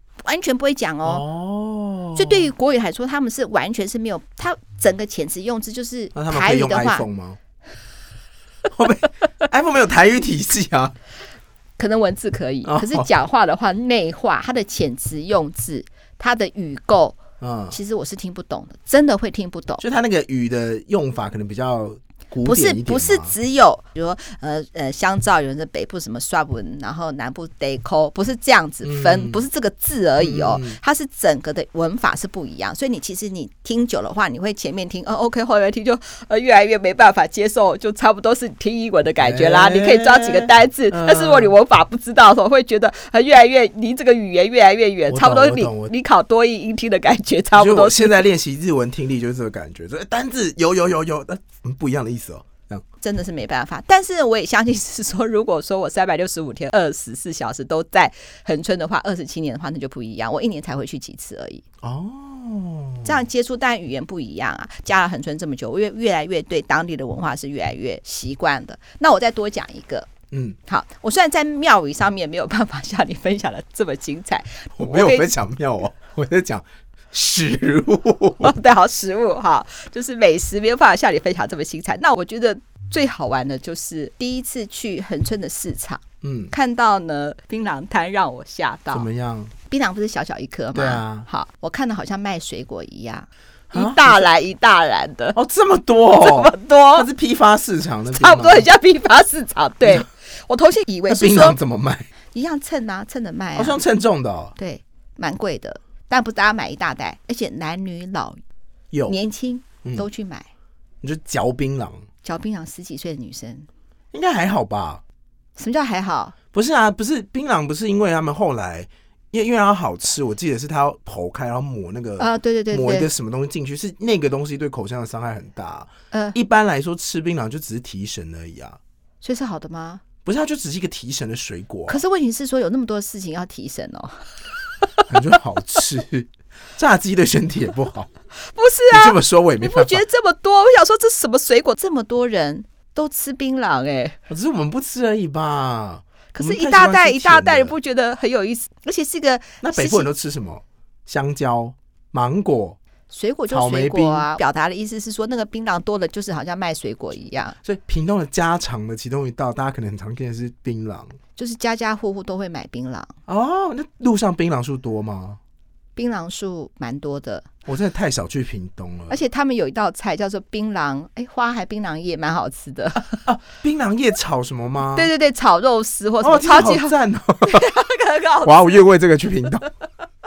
哦。所以对于国语来说，他们是完全是没有，他整个遣词用字就是台语的话。 那他们可以用 iPhone 吗？会不会 iPhone 没有台语体系啊？ 可能文字可以，可是讲话的话，内化它的遣词用字，它的语构，其实我是听不懂的，真的会听不懂。 就他那个语的用法可能比较古典一点， 不是只有比如说香皂有人在北部什么刷文，然后南部 deco， 不是这样子分，不是这个字而已哦，它是整个的文法是不一样，所以其实你听久的话，你会前面听OK， 后面听就越来越没办法接受，就差不多是听英文的感觉啦。你可以抓几个单字，但是如果你文法不知道的时候，会觉得越来越离这个语言越来越远，差不多你考多益英听的感觉差不多。 我现在练习日文听力就是这个感觉，单字有，不一样的意思哦。 真的是没办法，但是我也相信是说，如果说我365天24小时都在恒春的话，27年的话，那就不一样。我1年才回去几次而已。这样接触，但语言不一样啊。加了恒春这么久，我越来越对当地的文化是越来越习惯的。那我再多讲一个。好，我虽然在庙宇上面没有办法像你分享的这么精彩， 我没有分享庙哦，我在讲食物。 对，好，食物哈，就是美食没有办法像你分享这么精彩。那我觉得最好玩的就是第一次去恒春的市场，看到呢槟榔摊让我吓到。 怎么样？ 槟榔不是小小一颗吗？ 对啊。 好，我看到好像卖水果一样，一大篮一大篮的。 这么多， 这么多， 那是批发市场的， 差不多很像批发市场。对，我头先以为是说槟榔怎么卖？ 一样称啊，称着卖啊， 好像称重的哦。 对，蛮贵的。但不是大家买一大袋，而且男女老幼年轻都去买。 你就嚼槟榔 10几岁的女生应该还好吧？ 什么叫还好？ 不是啊，不是槟榔，不是因为他们后来因为它好吃，我记得是它要剖开然后抹那个对， 抹一个什么东西进去，是那个东西对口腔的伤害很大。一般来说吃槟榔就只是提神而已啊。 所以是好的吗？ 不是，它就只是一个提神的水果。 可是问题是说有那么多事情要提神哦。 感觉好吃，炸鸡对身体也不好。 不是啊， 你这么说我也没办法。 你不觉得这么多？我想说这是什么水果？这么多人都吃槟榔只是我们不吃而已吧。 可是一大袋一大袋，你不觉得很有意思？而且是个那北部人都吃什么？香蕉、芒果。 水果就水果啊，表达的意思是说那个槟榔多了，就是好像卖水果一样。 所以屏东的家常的其中一道，大家可能很常见的是槟榔， 就是家家户户都会买槟榔。 那路上槟榔树多吗？ 槟榔树蛮多的。 我真的太少去屏东了。 而且他们有一道菜叫做槟榔花还槟榔叶，蛮好吃的。 槟榔叶炒什么吗？ 对，炒肉丝或什么，超级好赞哦！ 很好吃。 哇，我越为这个去屏东。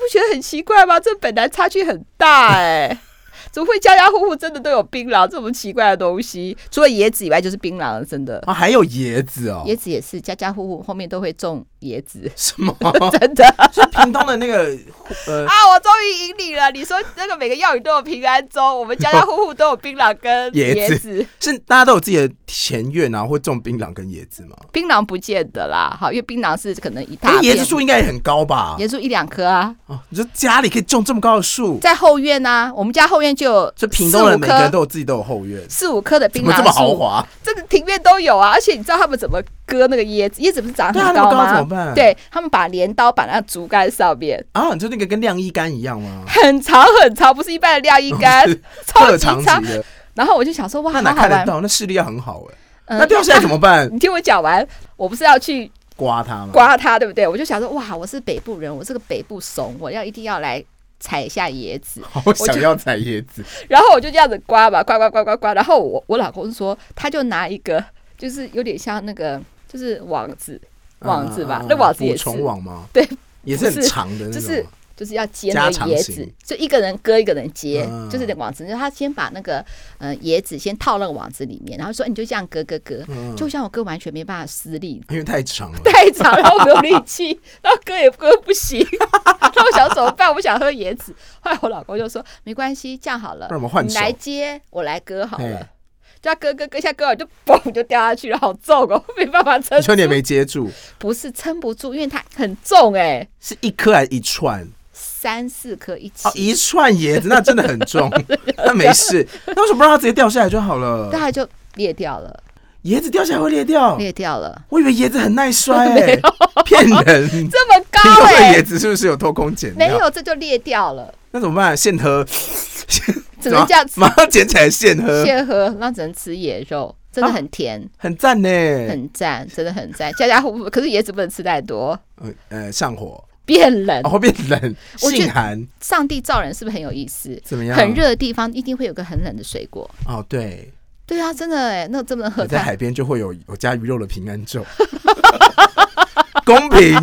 不觉得很奇怪吗？这本来差距很大怎么会家家户户真的都有槟榔这么奇怪的东西？除了椰子以外就是槟榔了，真的还有椰子哦， 椰子也是家家户户后面都会种椰子。 什么？ 真的？ 是屏东的那个我终于赢你了！你说那个每个药语都有平安粥，我们家家户户都有槟榔跟椰子， 是大家都有自己的前院啊，会种槟榔跟椰子吗？ 槟榔不见得啦，好，因为槟榔是可能一大片， 椰子树应该也很高吧？ 椰子树1-2棵啊。 你说家里可以种这么高的树？ 在后院啊，我们家后院就有这屏东人每个人都有自己都有后院 ，4-5棵的槟榔树， 怎么这么豪华？ 这个庭院都有啊，而且你知道他们怎么割那个椰子？椰子不是长很高吗？ 怎么办？ 对，他们把镰刀把那竹竿上面你说那个跟晾衣杆一样吗？ 很长很长，不是一般的晾衣杆，超级长的。 然后我就想说，哇， 那哪看得到？那视力要很好那掉下来怎么办？ 你听我讲完，我不是要去刮它吗？ 刮它，对不对？我就想说，哇，我是北部人，我是个北部怂，我一定要来采一下椰子。 我想要采椰子， 然后我就这样子刮吧，刮。然后我老公说，他就拿一个，就是有点像那个，就是网子吧，那网子也是虫网吗？ 对， 也是很长的那种。 就是要接那个椰子，就一个人割一个人接，就是那个网子。他先把那个椰子先套那个网子里面，然后说你就这样割，就像我割完全没办法施力， 因为太长了， 然后没有力气，然后割也割不行。那我想怎么办？我想喝椰子。后来我老公就说没关系，这样好了，你来接，我来割好了。就要割一下，割完就嘣就掉下去了，好重没办法撑住。 你说你也没接住？ 不是撑不住，因为它很重是一颗还是一串 ？3-4颗一起。 一串椰子那真的很重，那没事。那为什么不让它直接掉下来就好了？ 大概就裂掉了。 椰子掉下来会裂掉？ 裂掉了。 我以为椰子很耐摔骗人。 这么高椰子是不是有偷工减料？ 没有，这就裂掉了。 那怎么办？现喝？ 只能这样马上捡起来现喝， 那只能吃椰肉，真的很甜， 很赞呢， 很赞，真的很赞。家家户户，可是椰子不能吃太多， 上火。 变冷会变冷，性寒。 上帝造人是不是很有意思？ 怎么样？ 很热的地方一定会有个很冷的水果。 对啊，真的那真的喝。 在海边就会有加鱼肉的平安粥，公平。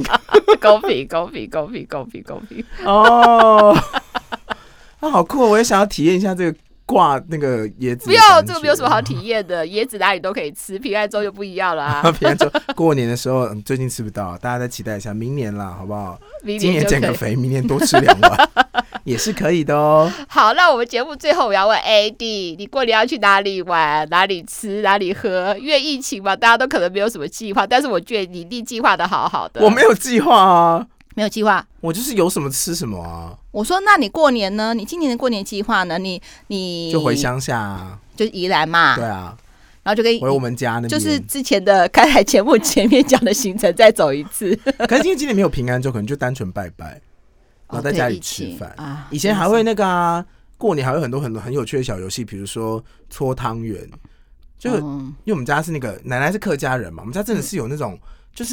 好酷！我也想要体验一下这个挂那个椰子。 不要，这个没有什么好体验的，椰子哪里都可以吃，平安粥就不一样啦。 平安粥过年的时候，最近吃不到，大家再期待一下明年啦，好不好？今年减个肥，明年多吃2碗也是可以的哦。 好，那我们节目最后我要问 AD， 你过年要去哪里玩、哪里吃、哪里喝？因为疫情嘛，大家都可能没有什么计划，但是我觉得你一定计划的好好的。 我没有计划啊。 没有计划， 我就是有什么吃什么啊。 我说，那你过年呢？你今年的过年计划呢？你就回乡下啊， 就宜兰嘛。 对啊， 然后就跟回我们家那边， 就是之前的开台节目前面讲的行程再走一次。 可是因为今年没有平安粥，可能就单纯拜拜，然后在家里吃饭。以前还会那个过年还会很多很有趣的小游戏，比如说搓汤圆。就因为我们家是那个奶奶是客家人嘛，我们家真的是有那种就是。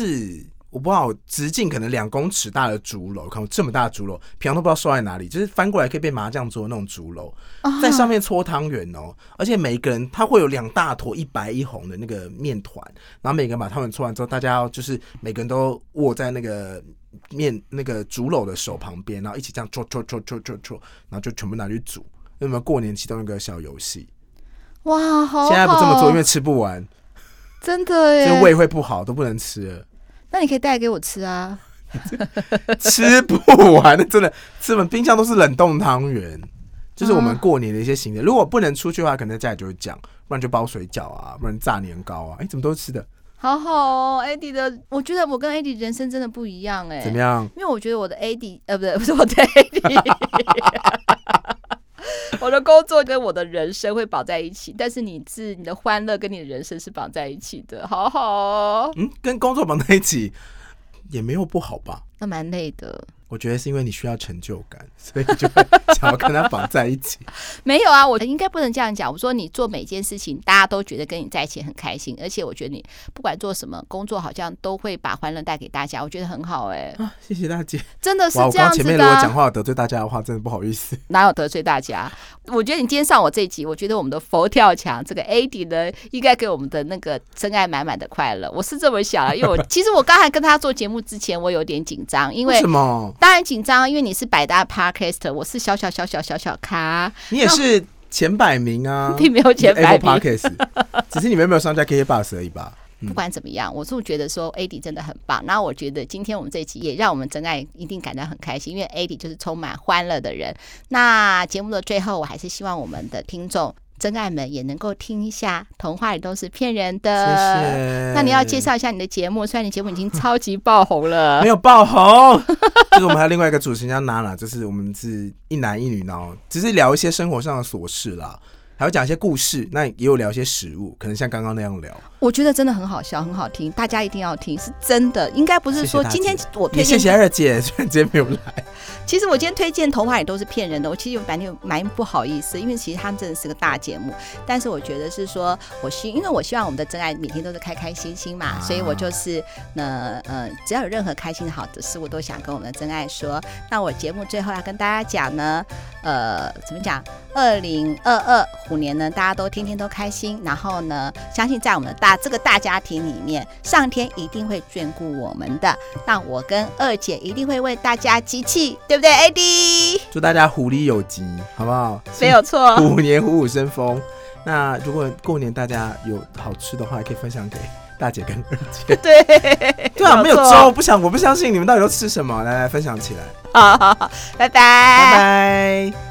我不知道，直径可能2公尺大的竹篓，看我这么大的竹篓，平常都不知道收在哪里，就是翻过来可以变麻将桌的那种竹篓，在上面搓汤圆哦，而且每一个人他会有2大坨一白一红的那个面团，然后每个人把汤圆搓完之后，大家要就是每个人都握在那个那个竹篓的手旁边，然后一起这样搓，然后就全部拿去煮，有没有过年其中一个小游戏？ 哇，好！ 现在不这么做，因为吃不完， 真的耶， 就胃会不好，都不能吃了。 那你可以带给我吃啊。 吃不完，真的，吃完冰箱都是冷冻汤圆，就是我们过年的一些行程。如果不能出去的话，可能在家里就会讲，不然就包水饺啊，不然炸年糕啊。怎么都是吃的？ 好好哦 ，AD 的，我觉得我跟 AD 人生真的不一样怎么样？ 因为我觉得我的 AD，不是我的 AD， 我的工作跟我的人生会绑在一起，但是你的欢乐跟你的人生是绑在一起的，好好哦。 跟工作绑在一起也没有不好吧？ 那蛮累的。 我觉得是因为你需要成就感，所以就会想要跟他绑在一起。 没有啊，我应该不能这样讲。我说你做每件事情，大家都觉得跟你在一起很开心，而且我觉得你不管做什么工作，好像都会把欢乐带给大家，我觉得很好谢谢大姐， 真的是这样子的。 我刚前面如果讲话得罪大家的话，真的不好意思。 哪有得罪大家？我觉得你今天上我这一集，我觉得我们的佛跳墙这个 AD 呢，应该给我们的那个真爱满满的快乐。我是这么想的，因为其实我刚才跟他做节目之前，我有点紧张，因为什么？ 当然紧张，因为你是百大 Podcast， 我是小咖， 你也是前100名啊， 并没有前100名 ，Podcast， 只是你们有没有上架 KKBOX 而已吧。 不管怎么样，我是觉得说 AD 真的很棒。那我觉得今天我们这一期也让我们真爱一定感到很开心，因为 AD 就是充满欢乐的人。那节目的最后，我还是希望我们的听众真爱们也能够听一下童话里都是骗人的。 谢谢。 那你要介绍一下你的节目，虽然你节目已经超级爆红了。 没有爆红。就是我们还有另外一个主持人叫娜娜，就是我们是一男一女，然后只是聊一些生活上的琐事啦，还有讲一些故事，那也有聊一些食物，可能像刚刚那样聊。 我觉得真的很好笑，很好听，大家一定要听，是真的。应该不是说今天我推荐， 谢谢二姐，虽然今天没有来。 其实我今天推荐童话也都是骗人的，我其实有蛮不好意思，因为其实他们真的是个大节目。但是我觉得是说，因为我希望我们的真爱每天都是开开心心嘛，所以我就是只要有任何开心的好的事，我都想跟我们的真爱说。那我节目最后要跟大家讲呢，怎么讲？2022虎年呢，大家都天天都开心，然后呢，相信在我们的这个大家庭里面，上天一定会眷顾我们的。那我跟二姐一定会为大家集气，对不对 ？AD， 祝大家虎力有吉，好不好？ 没有错， 虎年虎虎生风。那如果过年大家有好吃的话，也可以分享给大姐跟二姐。对啊，没有粥，我不相信你们到底都吃什么，来分享起来。 好，拜拜， 拜拜。